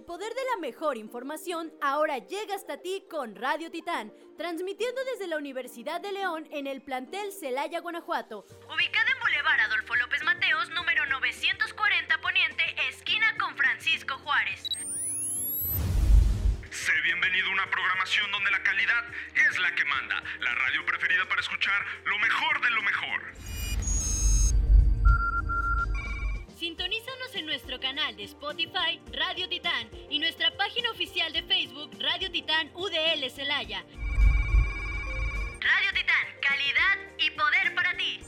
poder de la mejor información ahora llega hasta ti con Radio Titán, transmitiendo desde la Universidad de León en el plantel Celaya, Guanajuato, ubicada en Boulevard Adolfo López Mateos, número 940 Poniente, esquina con Francisco Juárez. Sé bienvenido a una programación donde la calidad es la que manda, la radio preferida para escuchar lo mejor de lo mejor. Sintonízanos en nuestro canal de Spotify, Radio Titán, y nuestra página oficial de Facebook, Radio Titán UDL Celaya. Radio Titán, calidad y poder para ti.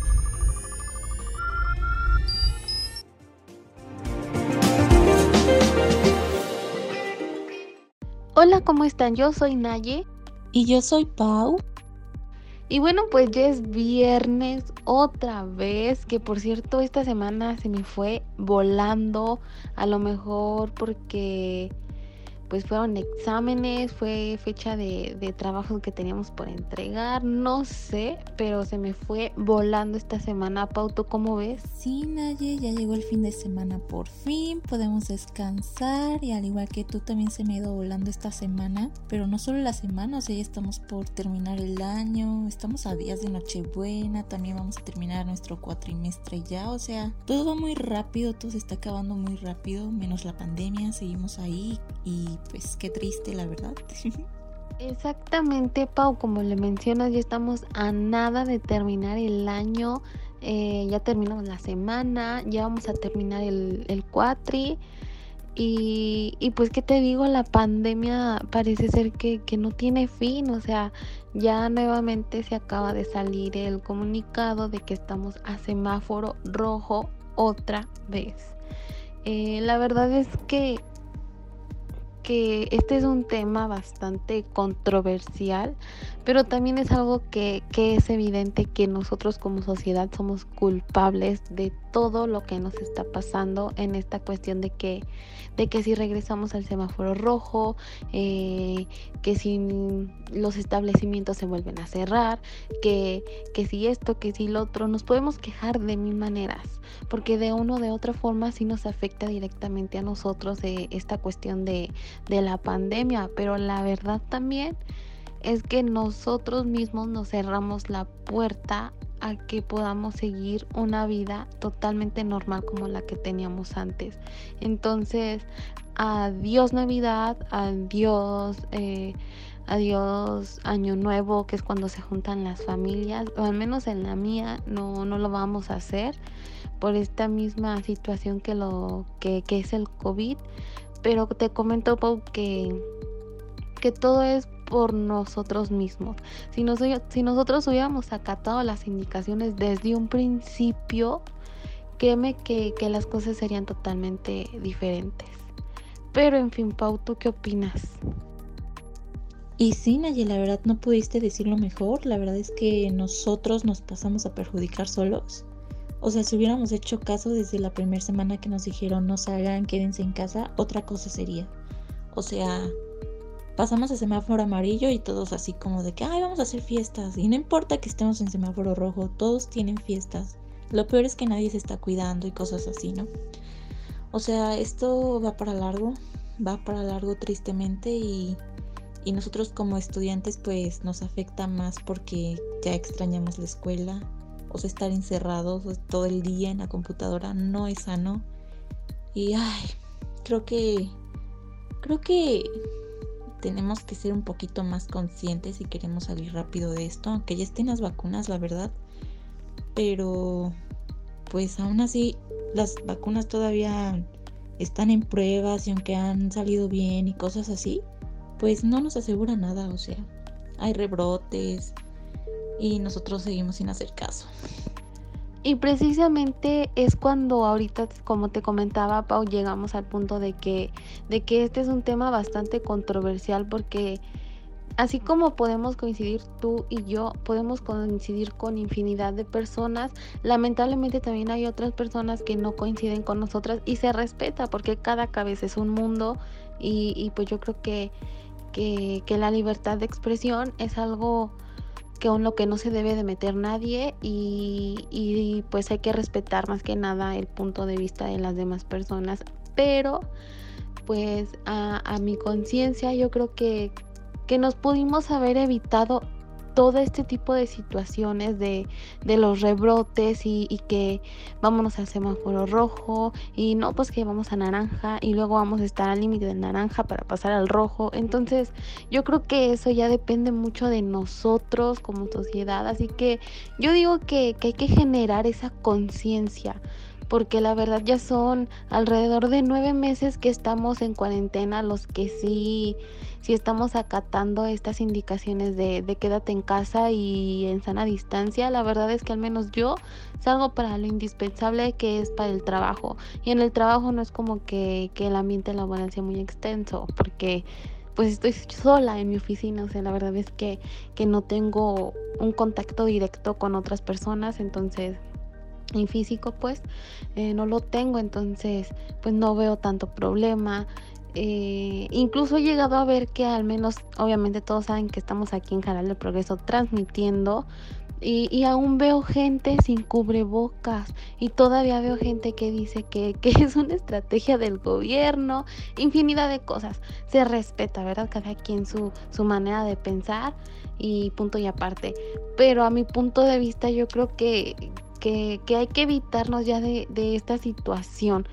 Hola, ¿cómo están? Yo soy Naye. Y yo soy Pau. Y bueno, pues ya es viernes otra vez, que por cierto esta semana se me fue volando, a lo mejor porque pues fueron exámenes, fue fecha de trabajos que teníamos por entregar, no sé, pero se me fue volando esta semana. Pau, ¿tú cómo ves? Sí, Naye, ya llegó el fin de semana por fin, podemos descansar y al igual que tú también se me ha ido volando esta semana, pero no solo la semana, o sea, ya estamos por terminar el año, estamos a días de Nochebuena, también vamos a terminar nuestro cuatrimestre ya, o sea, todo va muy rápido, todo se está acabando muy rápido, menos la pandemia, seguimos ahí y pues qué triste, la verdad. Exactamente, Pau, como le mencionas, ya estamos a nada de terminar el año, ya terminamos la semana, ya vamos a terminar el cuatri y pues qué te digo, la pandemia parece ser que no tiene fin, o sea, ya nuevamente se acaba de salir el comunicado de que estamos a semáforo rojo otra vez. La verdad es que este es un tema bastante controversial, pero también es algo que es evidente que nosotros como sociedad somos culpables de todo lo que nos está pasando en esta cuestión de que si regresamos al semáforo rojo, que si los establecimientos se vuelven a cerrar, que si esto, que si lo otro, nos podemos quejar de mil maneras, porque de una o de otra forma sí nos afecta directamente a nosotros esta cuestión de la pandemia, pero la verdad también es que nosotros mismos nos cerramos la puerta a que podamos seguir una vida totalmente normal como la que teníamos antes. Entonces, adiós Navidad, adiós Año Nuevo, que es cuando se juntan las familias, o al menos en la mía no lo vamos a hacer por esta misma situación que es el COVID. Pero te comento, Pau, que todo es por nosotros mismos. Si nosotros hubiéramos acatado las indicaciones desde un principio, créeme que las cosas serían totalmente diferentes. Pero en fin, Pau, ¿tú qué opinas? Y sí, Naye, la verdad no pudiste decirlo mejor. La verdad es que nosotros nos pasamos a perjudicar solos. O sea, si hubiéramos hecho caso desde la primera semana que nos dijeron no salgan, quédense en casa, otra cosa sería. O sea, pasamos a semáforo amarillo y todos así como de que ay, vamos a hacer fiestas. Y no importa que estemos en semáforo rojo, todos tienen fiestas. Lo peor es que nadie se está cuidando y cosas así, ¿no? O sea, esto va para largo tristemente y nosotros como estudiantes pues nos afecta más porque ya extrañamos la escuela. O sea, estar encerrados todo el día en la computadora no es sano. Y creo que tenemos que ser un poquito más conscientes si queremos salir rápido de esto, aunque ya estén las vacunas, la verdad. Pero pues aún así las vacunas todavía están en pruebas y aunque han salido bien y cosas así, pues no nos asegura nada, o sea, hay rebrotes y nosotros seguimos sin hacer caso. Y precisamente es cuando ahorita, como te comentaba, Pau, llegamos al punto de que este es un tema bastante controversial, porque así como podemos coincidir tú y yo, podemos coincidir con infinidad de personas, lamentablemente también hay otras personas que no coinciden con nosotras y se respeta porque cada cabeza es un mundo y pues yo creo que la libertad de expresión es algo con lo que no se debe de meter nadie y pues hay que respetar más que nada el punto de vista de las demás personas, pero pues a mi conciencia, yo creo que nos pudimos haber evitado todo este tipo de situaciones de los rebrotes y que vámonos al semáforo rojo y no, pues que vamos a naranja y luego vamos a estar al límite del naranja para pasar al rojo. Entonces yo creo que eso ya depende mucho de nosotros como sociedad, así que yo digo que hay que generar esa conciencia, porque la verdad ya son alrededor de 9 meses que estamos en cuarentena, los que sí estamos acatando estas indicaciones de quédate en casa y en sana distancia. La verdad es que al menos yo salgo para lo indispensable, que es para el trabajo, y en el trabajo no es como que el ambiente laboral sea muy extenso, porque pues estoy sola en mi oficina, o sea, la verdad es que no tengo un contacto directo con otras personas, entonces en físico pues no lo tengo, entonces pues no veo tanto problema. Incluso he llegado a ver que al menos, obviamente todos saben que estamos aquí en Canal del Progreso transmitiendo y aún veo gente sin cubrebocas y todavía veo gente que dice que es una estrategia del gobierno, infinidad de cosas. Se respeta, ¿verdad? Cada quien su manera de pensar y punto y aparte, pero a mi punto de vista yo creo que hay que evitarnos ya de esta situación.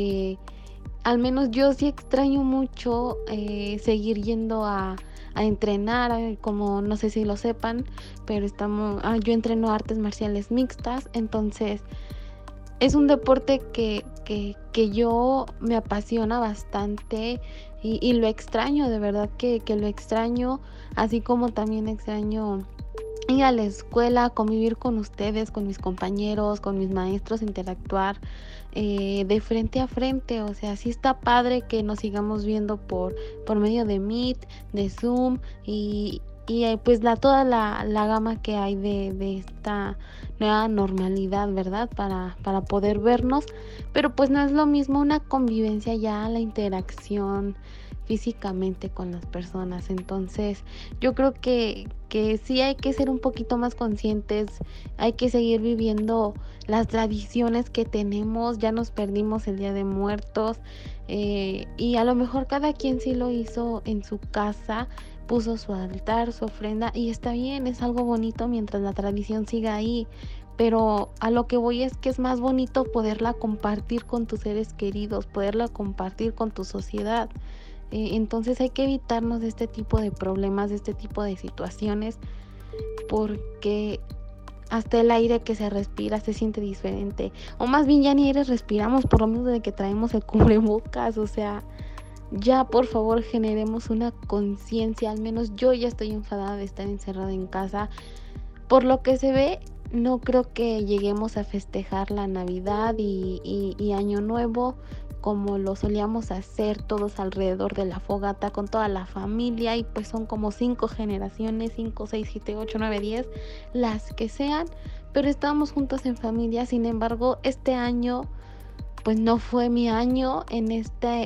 Al menos yo sí extraño mucho seguir yendo a entrenar, como no sé si lo sepan, pero yo entreno artes marciales mixtas, entonces es un deporte que yo me apasiona bastante y lo extraño, de verdad que lo extraño, así como también extraño ir a la escuela, convivir con ustedes, con mis compañeros, con mis maestros, interactuar de frente a frente. O sea, sí está padre que nos sigamos viendo por medio de Meet, de Zoom y pues toda la gama que hay de esta nueva normalidad, ¿verdad? Para poder vernos, pero pues no es lo mismo una convivencia ya, la interacción físicamente con las personas. Entonces yo creo que sí hay que ser un poquito más conscientes, hay que seguir viviendo las tradiciones que tenemos. Ya nos perdimos el Día de Muertos y a lo mejor cada quien sí lo hizo en su casa, puso su altar, su ofrenda y está bien, es algo bonito mientras la tradición siga ahí. Pero a lo que voy es que es más bonito poderla compartir con tus seres queridos, poderla compartir con tu sociedad. Entonces hay que evitarnos de este tipo de problemas, de este tipo de situaciones, porque hasta el aire que se respira se siente diferente, o más bien ya ni aire respiramos por lo mismo de que traemos el cubrebocas. O sea, ya por favor generemos una conciencia. Al menos yo ya estoy enfadada de estar encerrada en casa. Por lo que se ve, no creo que lleguemos a festejar la Navidad y Año Nuevo como lo solíamos hacer todos alrededor de la fogata con toda la familia, y pues son como 5 generaciones, 5, 6, 7, 8, 9, 10, las que sean, pero estábamos juntos en familia. Sin embargo, este año pues no fue mi año en esta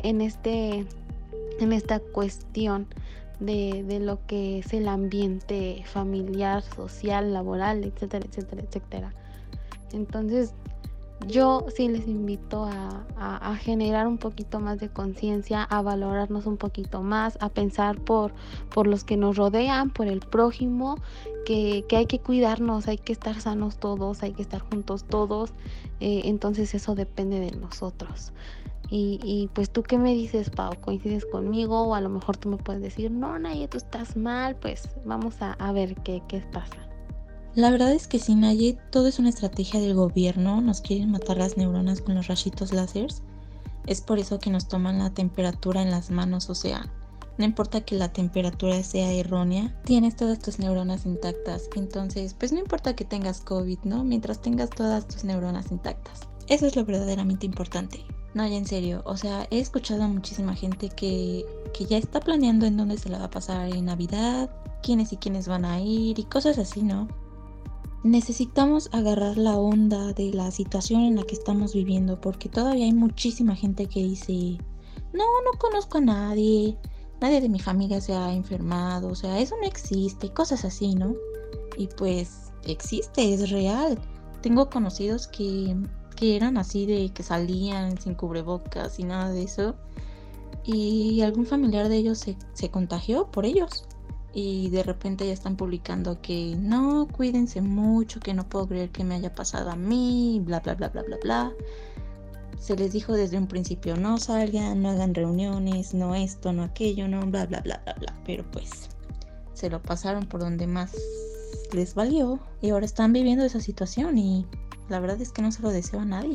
cuestión de lo que es el ambiente familiar, social, laboral, etcétera, etcétera, etcétera. Entonces yo sí les invito a generar un poquito más de conciencia, a valorarnos un poquito más, a pensar por los que nos rodean, por el prójimo, que hay que cuidarnos, hay que estar sanos todos, hay que estar juntos todos. Entonces eso depende de nosotros. Y pues tú qué me dices, Pau, ¿coincides conmigo? O a lo mejor tú me puedes decir, no, Naye, tú estás mal. Pues vamos a ver qué pasa. La verdad es que sí, Naye, todo es una estrategia del gobierno. Nos quieren matar las neuronas con los rayitos láseres. Es por eso que nos toman la temperatura en las manos. O sea, no importa que la temperatura sea errónea, tienes todas tus neuronas intactas. Entonces, pues no importa que tengas COVID, ¿no? Mientras tengas todas tus neuronas intactas. Eso es lo verdaderamente importante. No, ya en serio, o sea, he escuchado a muchísima gente que ya está planeando en dónde se la va a pasar en Navidad, quiénes y quiénes van a ir y cosas así, ¿no? Necesitamos agarrar la onda de la situación en la que estamos viviendo, porque todavía hay muchísima gente que dice, no conozco a nadie de mi familia se ha enfermado, o sea, eso no existe, cosas así, ¿no? Y pues existe, es real. Tengo conocidos que eran así, de que salían sin cubrebocas y nada de eso, y algún familiar de ellos se contagió por ellos. Y de repente ya están publicando que no, cuídense mucho, que no puedo creer que me haya pasado a mí, bla, bla, bla, bla, bla, bla. Se les dijo desde un principio, no salgan, no hagan reuniones, no esto, no aquello, no, bla, bla, bla, bla, bla. Pero pues se lo pasaron por donde más les valió y ahora están viviendo esa situación y la verdad es que no se lo deseo a nadie.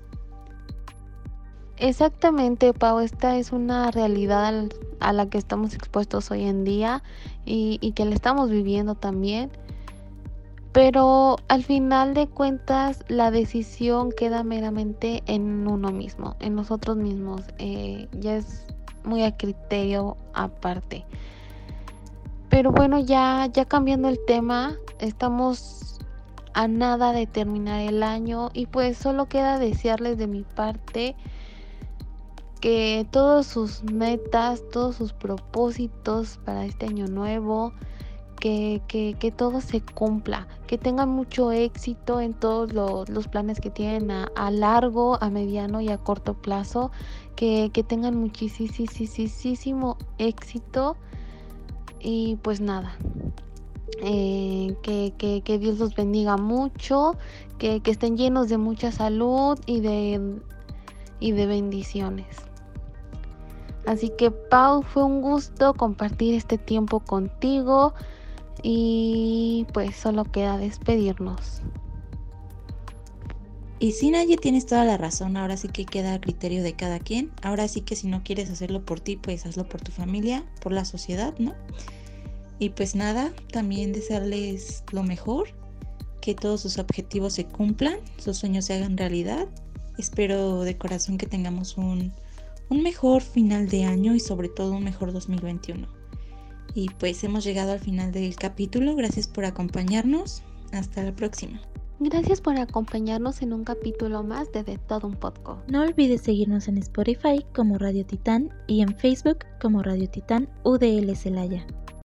Exactamente, Pau, esta es una realidad a la que estamos expuestos hoy en día y que la estamos viviendo también. Pero al final de cuentas la decisión queda meramente en uno mismo, en nosotros mismos. Ya es muy a criterio aparte. Pero bueno, ya cambiando el tema, estamos a nada de terminar el año y pues solo queda desearles de mi parte que todas sus metas, todos sus propósitos para este año nuevo, que todo se cumpla, que tengan mucho éxito en todos los planes que tienen a largo, a mediano y a corto plazo, que tengan muchísimo éxito y pues nada, que Dios los bendiga mucho, que estén llenos de mucha salud y de bendiciones. Así que Pau, fue un gusto compartir este tiempo contigo y pues solo queda despedirnos. Y sí, Naye, tienes toda la razón, ahora sí que queda a criterio de cada quien. Ahora sí que si no quieres hacerlo por ti, pues hazlo por tu familia, por la sociedad, ¿no? Y pues nada, también desearles lo mejor, que todos sus objetivos se cumplan, sus sueños se hagan realidad. Espero de corazón que tengamos un mejor final de año y sobre todo un mejor 2021. Y pues hemos llegado al final del capítulo. Gracias por acompañarnos. Hasta la próxima. Gracias por acompañarnos en un capítulo más de Todo un Podcast. No olvides seguirnos en Spotify como Radio Titán y en Facebook como Radio Titán UDL Celaya.